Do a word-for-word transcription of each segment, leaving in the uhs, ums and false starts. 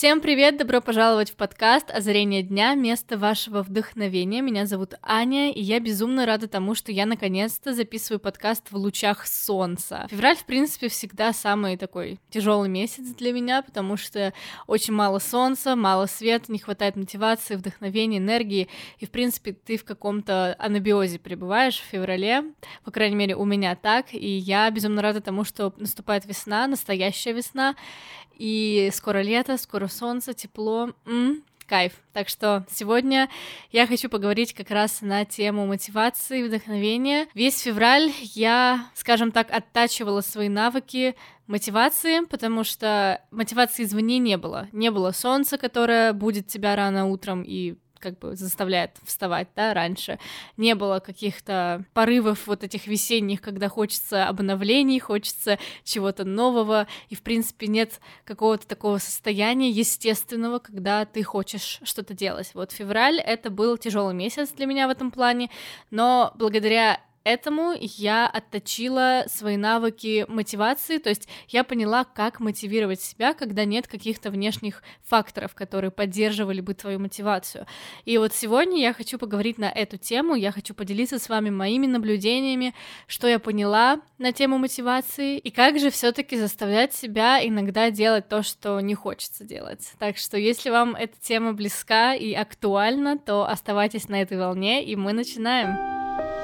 Всем привет! Добро пожаловать в подкаст «Озарение дня. Место вашего вдохновения». Меня зовут Аня, и я безумно рада тому, что я наконец-то записываю подкаст в лучах солнца. Февраль, в принципе, всегда самый такой тяжелый месяц для меня, потому что очень мало солнца, мало света, не хватает мотивации, вдохновения, энергии, и, в принципе, ты в каком-то анабиозе пребываешь в феврале, по крайней мере, у меня так, и я безумно рада тому, что наступает весна, настоящая весна, и скоро лето, скоро солнце, тепло, М-м, кайф. Так что сегодня я хочу поговорить как раз на тему мотивации, вдохновения. Весь февраль я, скажем так, оттачивала свои навыки мотивации, потому что мотивации извне не было. Не было солнца, которое будет тебя рано утром и как бы заставляет вставать, да, раньше. Не было каких-то порывов вот этих весенних, когда хочется обновлений, хочется чего-то нового, и, в принципе, нет какого-то такого состояния естественного, когда ты хочешь что-то делать. Вот февраль — это был тяжелый месяц для меня в этом плане, но благодаря этому я отточила свои навыки мотивации, то есть я поняла, как мотивировать себя, когда нет каких-то внешних факторов, которые поддерживали бы твою мотивацию. И вот сегодня я хочу поговорить на эту тему, я хочу поделиться с вами моими наблюдениями, что я поняла на тему мотивации, и как же все-таки заставлять себя иногда делать то, что не хочется делать. Так что если вам эта тема близка и актуальна, то оставайтесь на этой волне, и мы начинаем.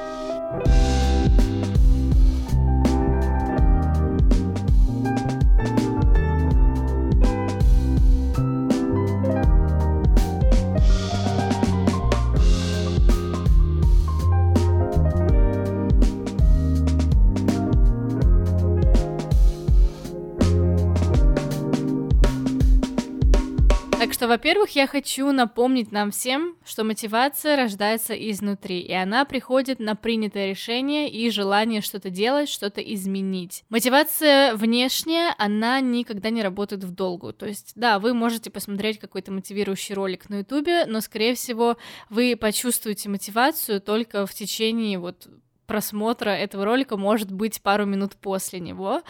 Так что, во-первых, я хочу напомнить нам всем, что мотивация рождается изнутри, и она приходит на принятое решение и желание что-то делать, что-то изменить. Мотивация внешняя, она никогда не работает в долгу. То есть, да, вы можете посмотреть какой-то мотивирующий ролик на Ютубе, но, скорее всего, вы почувствуете мотивацию только в течение вот просмотра этого ролика, может быть, пару минут после него,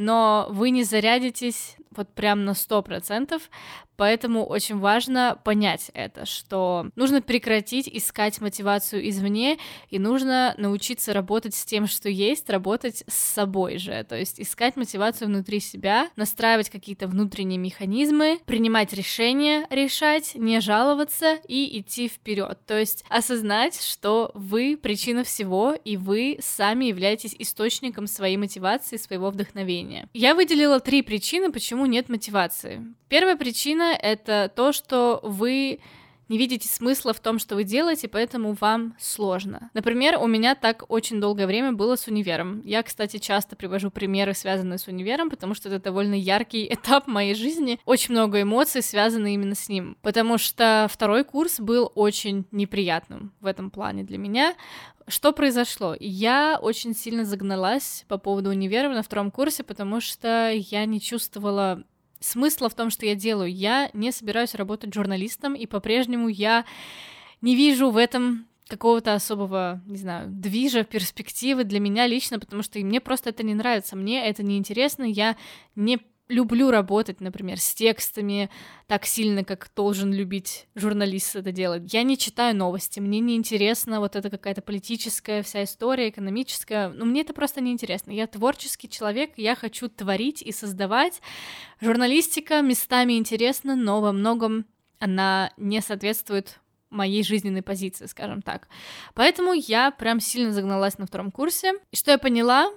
но вы не зарядитесь вот прям на сто процентов, поэтому очень важно понять это, что нужно прекратить искать мотивацию извне, и нужно научиться работать с тем, что есть, работать с собой же, то есть искать мотивацию внутри себя, настраивать какие-то внутренние механизмы, принимать решения, решать, не жаловаться и идти вперед, то есть осознать, что вы причина всего, и вы сами являетесь источником своей мотивации, своего вдохновения. Я выделила три причины, почему нет мотивации. Первая причина — это то, что вы не видите смысла в том, что вы делаете, поэтому вам сложно. Например, у меня так очень долгое время было с универом. Я, кстати, часто привожу примеры, связанные с универом, потому что это довольно яркий этап моей жизни. Очень много эмоций связаны именно с ним, потому что второй курс был очень неприятным в этом плане для меня. Что произошло? Я очень сильно загналась по поводу универа на втором курсе, потому что я не чувствовала смысла в том, что я делаю. Я не собираюсь работать журналистом, и по-прежнему я не вижу в этом какого-то особого, не знаю, движа, перспективы для меня лично, потому что мне просто это не нравится, мне это не интересно, я не люблю работать, например, с текстами так сильно, как должен любить журналист это делать. Я не читаю новости, мне не интересна вот эта какая-то политическая вся история, экономическая, ну, мне это просто не интересно. Я творческий человек, я хочу творить и создавать. Журналистика местами интересна, но во многом она не соответствует моей жизненной позиции, скажем так. Поэтому я прям сильно загналась на втором курсе. И что я поняла,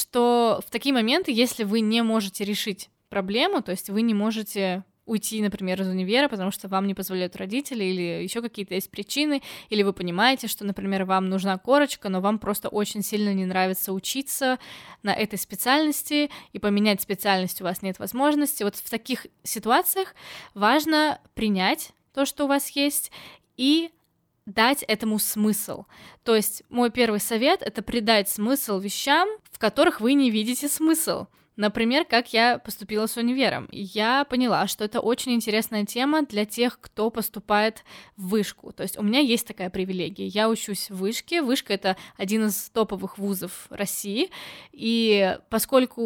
что в такие моменты, если вы не можете решить проблему, то есть вы не можете уйти, например, из универа, потому что вам не позволяют родители, или еще какие-то есть причины, или вы понимаете, что, например, вам нужна корочка, но вам просто очень сильно не нравится учиться на этой специальности, и поменять специальность у вас нет возможности. Вот в таких ситуациях важно принять то, что у вас есть, и дать этому смысл. То есть мой первый совет — это придать смысл вещам, в которых вы не видите смысл. Например, как я поступила с универом. Я поняла, что это очень интересная тема для тех, кто поступает в вышку. То есть у меня есть такая привилегия. Я учусь в вышке. Вышка — это один из топовых вузов России. И поскольку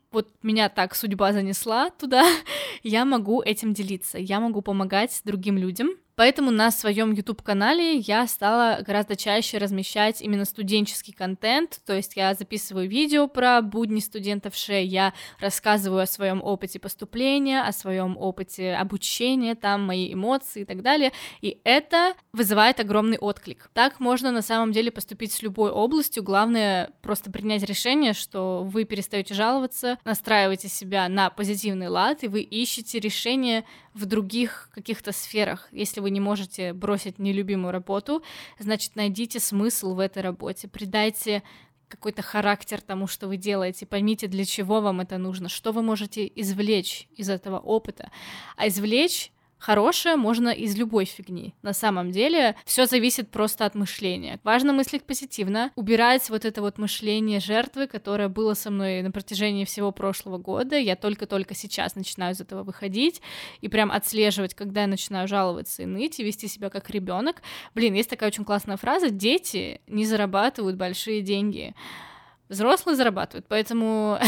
вот меня так судьба занесла туда, я могу этим делиться, я могу помогать другим людям. Поэтому на своем YouTube-канале я стала гораздо чаще размещать именно студенческий контент, то есть я записываю видео про будни студентов ШЭ, я рассказываю о своем опыте поступления, о своем опыте обучения, там мои эмоции и так далее, и это вызывает огромный отклик. Так можно на самом деле поступить с любой областью, главное просто принять решение, что вы перестаете жаловаться, настраиваете себя на позитивный лад, и вы ищете решение в других каких-то сферах. Если вы не можете бросить нелюбимую работу, значит, найдите смысл в этой работе, придайте какой-то характер тому, что вы делаете, поймите, для чего вам это нужно, что вы можете извлечь из этого опыта. А извлечь хорошее можно из любой фигни. На самом деле все зависит просто от мышления. Важно мыслить позитивно, убирать вот это вот мышление жертвы, которое было со мной на протяжении всего прошлого года. Я только-только сейчас начинаю из этого выходить и прям отслеживать, когда я начинаю жаловаться и ныть, и вести себя как ребенок. Блин, есть такая очень классная фраза: дети не зарабатывают большие деньги. Взрослые зарабатывают, поэтому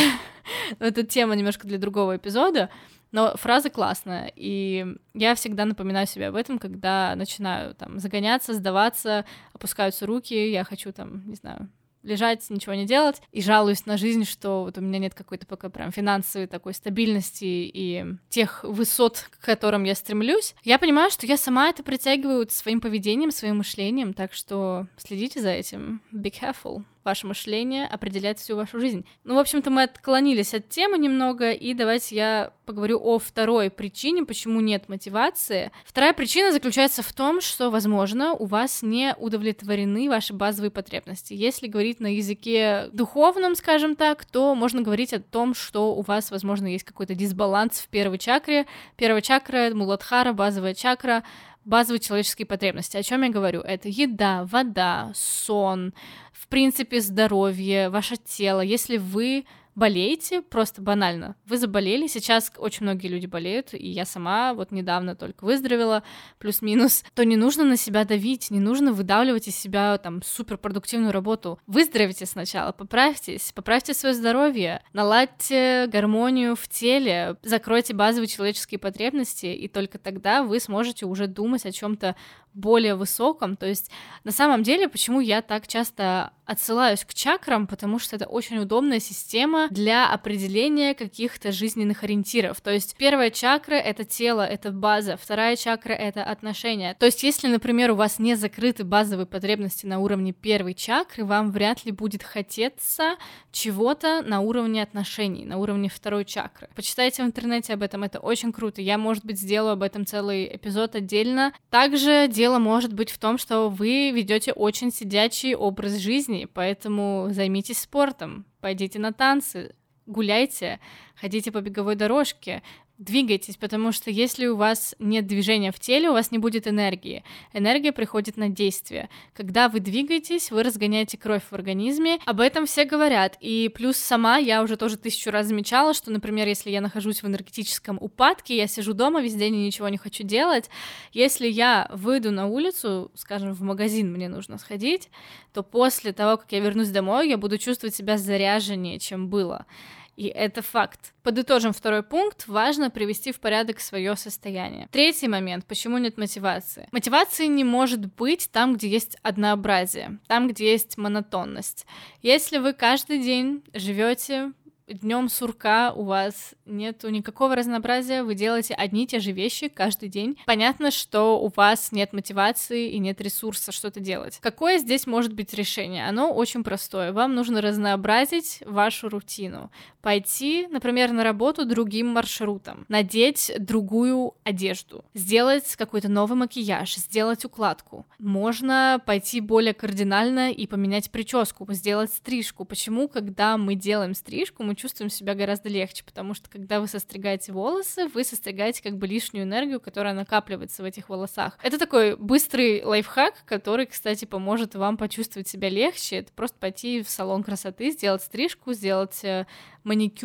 это тема немножко для другого эпизода. Но фраза классная, и я всегда напоминаю себе об этом, когда начинаю там загоняться, сдаваться, опускаются руки, я хочу там, не знаю, лежать, ничего не делать, и жалуюсь на жизнь, что вот у меня нет какой-то пока прям финансовой такой стабильности и тех высот, к которым я стремлюсь. Я понимаю, что я сама это притягиваю своим поведением, своим мышлением, так что следите за этим. Be careful. Ваше мышление определяет всю вашу жизнь. Ну, в общем-то, мы отклонились от темы немного, и давайте я поговорю о второй причине, почему нет мотивации. Вторая причина заключается в том, что, возможно, у вас не удовлетворены ваши базовые потребности. Если говорить на языке духовном, скажем так, то можно говорить о том, что у вас, возможно, есть какой-то дисбаланс в первой чакре. Первая чакра — Муладхара, базовая чакра, базовые человеческие потребности. О чем я говорю? Это еда, вода, сон, в принципе, здоровье, ваше тело. Если вы болеете, просто банально, вы заболели, сейчас очень многие люди болеют, и я сама вот недавно только выздоровела, плюс-минус, то не нужно на себя давить, не нужно выдавливать из себя там суперпродуктивную работу. Выздоровите сначала, поправьтесь, поправьте свое здоровье, наладьте гармонию в теле, закройте базовые человеческие потребности, и только тогда вы сможете уже думать о чем-то более высоком. То есть на самом деле, почему я так часто отсылаюсь к чакрам, потому что это очень удобная система для определения каких-то жизненных ориентиров. То есть первая чакра — это тело, это база, вторая чакра — это отношения. То есть если, например, у вас не закрыты базовые потребности на уровне первой чакры, вам вряд ли будет хотеться чего-то на уровне отношений, на уровне второй чакры. Почитайте в интернете об этом, это очень круто. Я, может быть, сделаю об этом целый эпизод отдельно. Также дело может быть в том, что вы ведете очень сидячий образ жизни, поэтому займитесь спортом, пойдите на танцы, гуляйте, ходите по беговой дорожке, двигайтесь, потому что если у вас нет движения в теле, у вас не будет энергии. Энергия приходит на действие. Когда вы двигаетесь, вы разгоняете кровь в организме. Об этом все говорят. И плюс сама я уже тоже тысячу раз замечала, что, например, если я нахожусь в энергетическом упадке, я сижу дома весь день и ничего не хочу делать, если я выйду на улицу, скажем, в магазин мне нужно сходить, то после того, как я вернусь домой, я буду чувствовать себя заряженнее, чем было. И это факт. Подытожим второй пункт. Важно привести в порядок свое состояние. Третий момент. Почему нет мотивации? Мотивации не может быть там, где есть однообразие, там, где есть монотонность. Если вы каждый день живете днем сурка, у вас нету никакого разнообразия, вы делаете одни и те же вещи каждый день, понятно, что у вас нет мотивации и нет ресурса что-то делать. Какое здесь может быть решение? Оно очень простое. Вам нужно разнообразить вашу рутину. Пойти, например, на работу другим маршрутом, надеть другую одежду, сделать какой-то новый макияж, сделать укладку. Можно пойти более кардинально и поменять прическу, сделать стрижку. Почему, когда мы делаем стрижку, мы чувствуем себя гораздо легче? Потому что, когда вы состригаете волосы, вы состригаете как бы лишнюю энергию, которая накапливается в этих волосах. Это такой быстрый лайфхак, который, кстати, поможет вам почувствовать себя легче. Это просто пойти в салон красоты, сделать стрижку, сделать маникюр,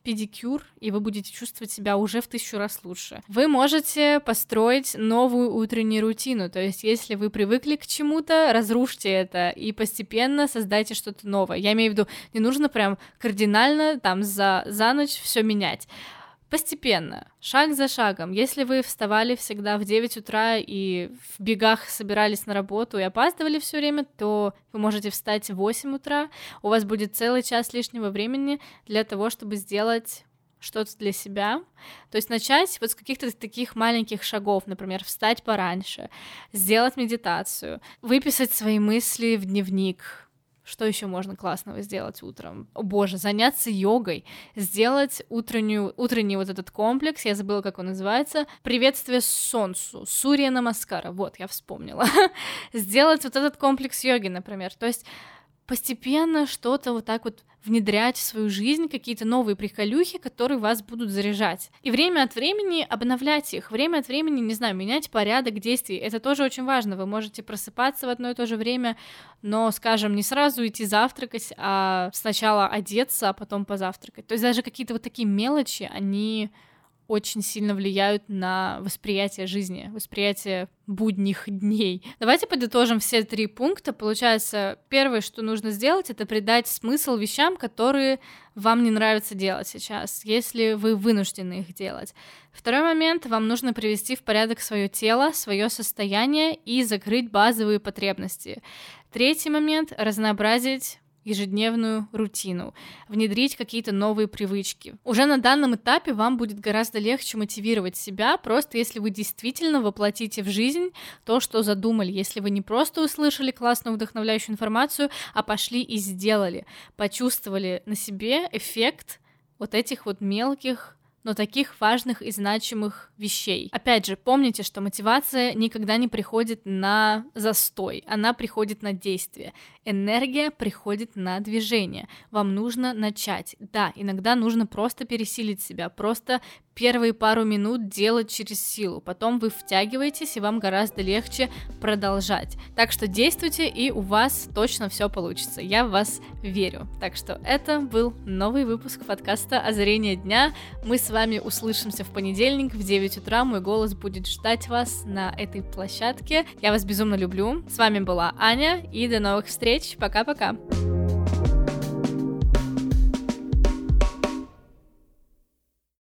педикюр, и вы будете чувствовать себя уже в тысячу раз лучше. Вы можете построить новую утреннюю рутину, то есть если вы привыкли к чему-то, разрушьте это и постепенно создайте что-то новое. Я имею в виду, не нужно прям кардинально там за, за ночь все менять. Постепенно, шаг за шагом. Если вы вставали всегда в девять утра и в бегах собирались на работу и опаздывали все время, то вы можете встать в восемь утра, у вас будет целый час лишнего времени для того, чтобы сделать что-то для себя. То есть начать вот с каких-то таких маленьких шагов, например, встать пораньше, сделать медитацию, выписать свои мысли в дневник. Что еще можно классного сделать утром? О боже, заняться йогой, сделать утреннюю, утренний вот этот комплекс, я забыла, как он называется, приветствие солнцу, Сурья Намаскара, вот, я вспомнила. Сделать вот этот комплекс йоги, например, то есть постепенно что-то вот так вот внедрять в свою жизнь, какие-то новые приколюхи, которые вас будут заряжать. И время от времени обновлять их, время от времени, не знаю, менять порядок действий. Это тоже очень важно. Вы можете просыпаться в одно и то же время, но, скажем, не сразу идти завтракать, а сначала одеться, а потом позавтракать. То есть даже какие-то вот такие мелочи, они очень сильно влияют на восприятие жизни, восприятие будних дней. Давайте подытожим все три пункта. Получается, первое, что нужно сделать, это придать смысл вещам, которые вам не нравится делать сейчас, если вы вынуждены их делать. Второй момент, вам нужно привести в порядок свое тело, свое состояние и закрыть базовые потребности. Третий момент, разнообразить ежедневную рутину, внедрить какие-то новые привычки. Уже на данном этапе вам будет гораздо легче мотивировать себя, просто если вы действительно воплотите в жизнь то, что задумали, если вы не просто услышали классную вдохновляющую информацию, а пошли и сделали, почувствовали на себе эффект вот этих вот мелких, но таких важных и значимых вещей. Опять же, помните, что мотивация никогда не приходит на застой, она приходит на действие. Энергия приходит на движение. Вам нужно начать. Да, иногда нужно просто пересилить себя, просто первые пару минут делать через силу, потом вы втягиваетесь, и вам гораздо легче продолжать. Так что действуйте, и у вас точно все получится. Я в вас верю. Так что это был новый выпуск подкаста «Озарение дня». Мы с вами услышимся в понедельник в девять утра. Мой голос будет ждать вас на этой площадке. Я вас безумно люблю. С вами была Аня, и до новых встреч. Пока-пока.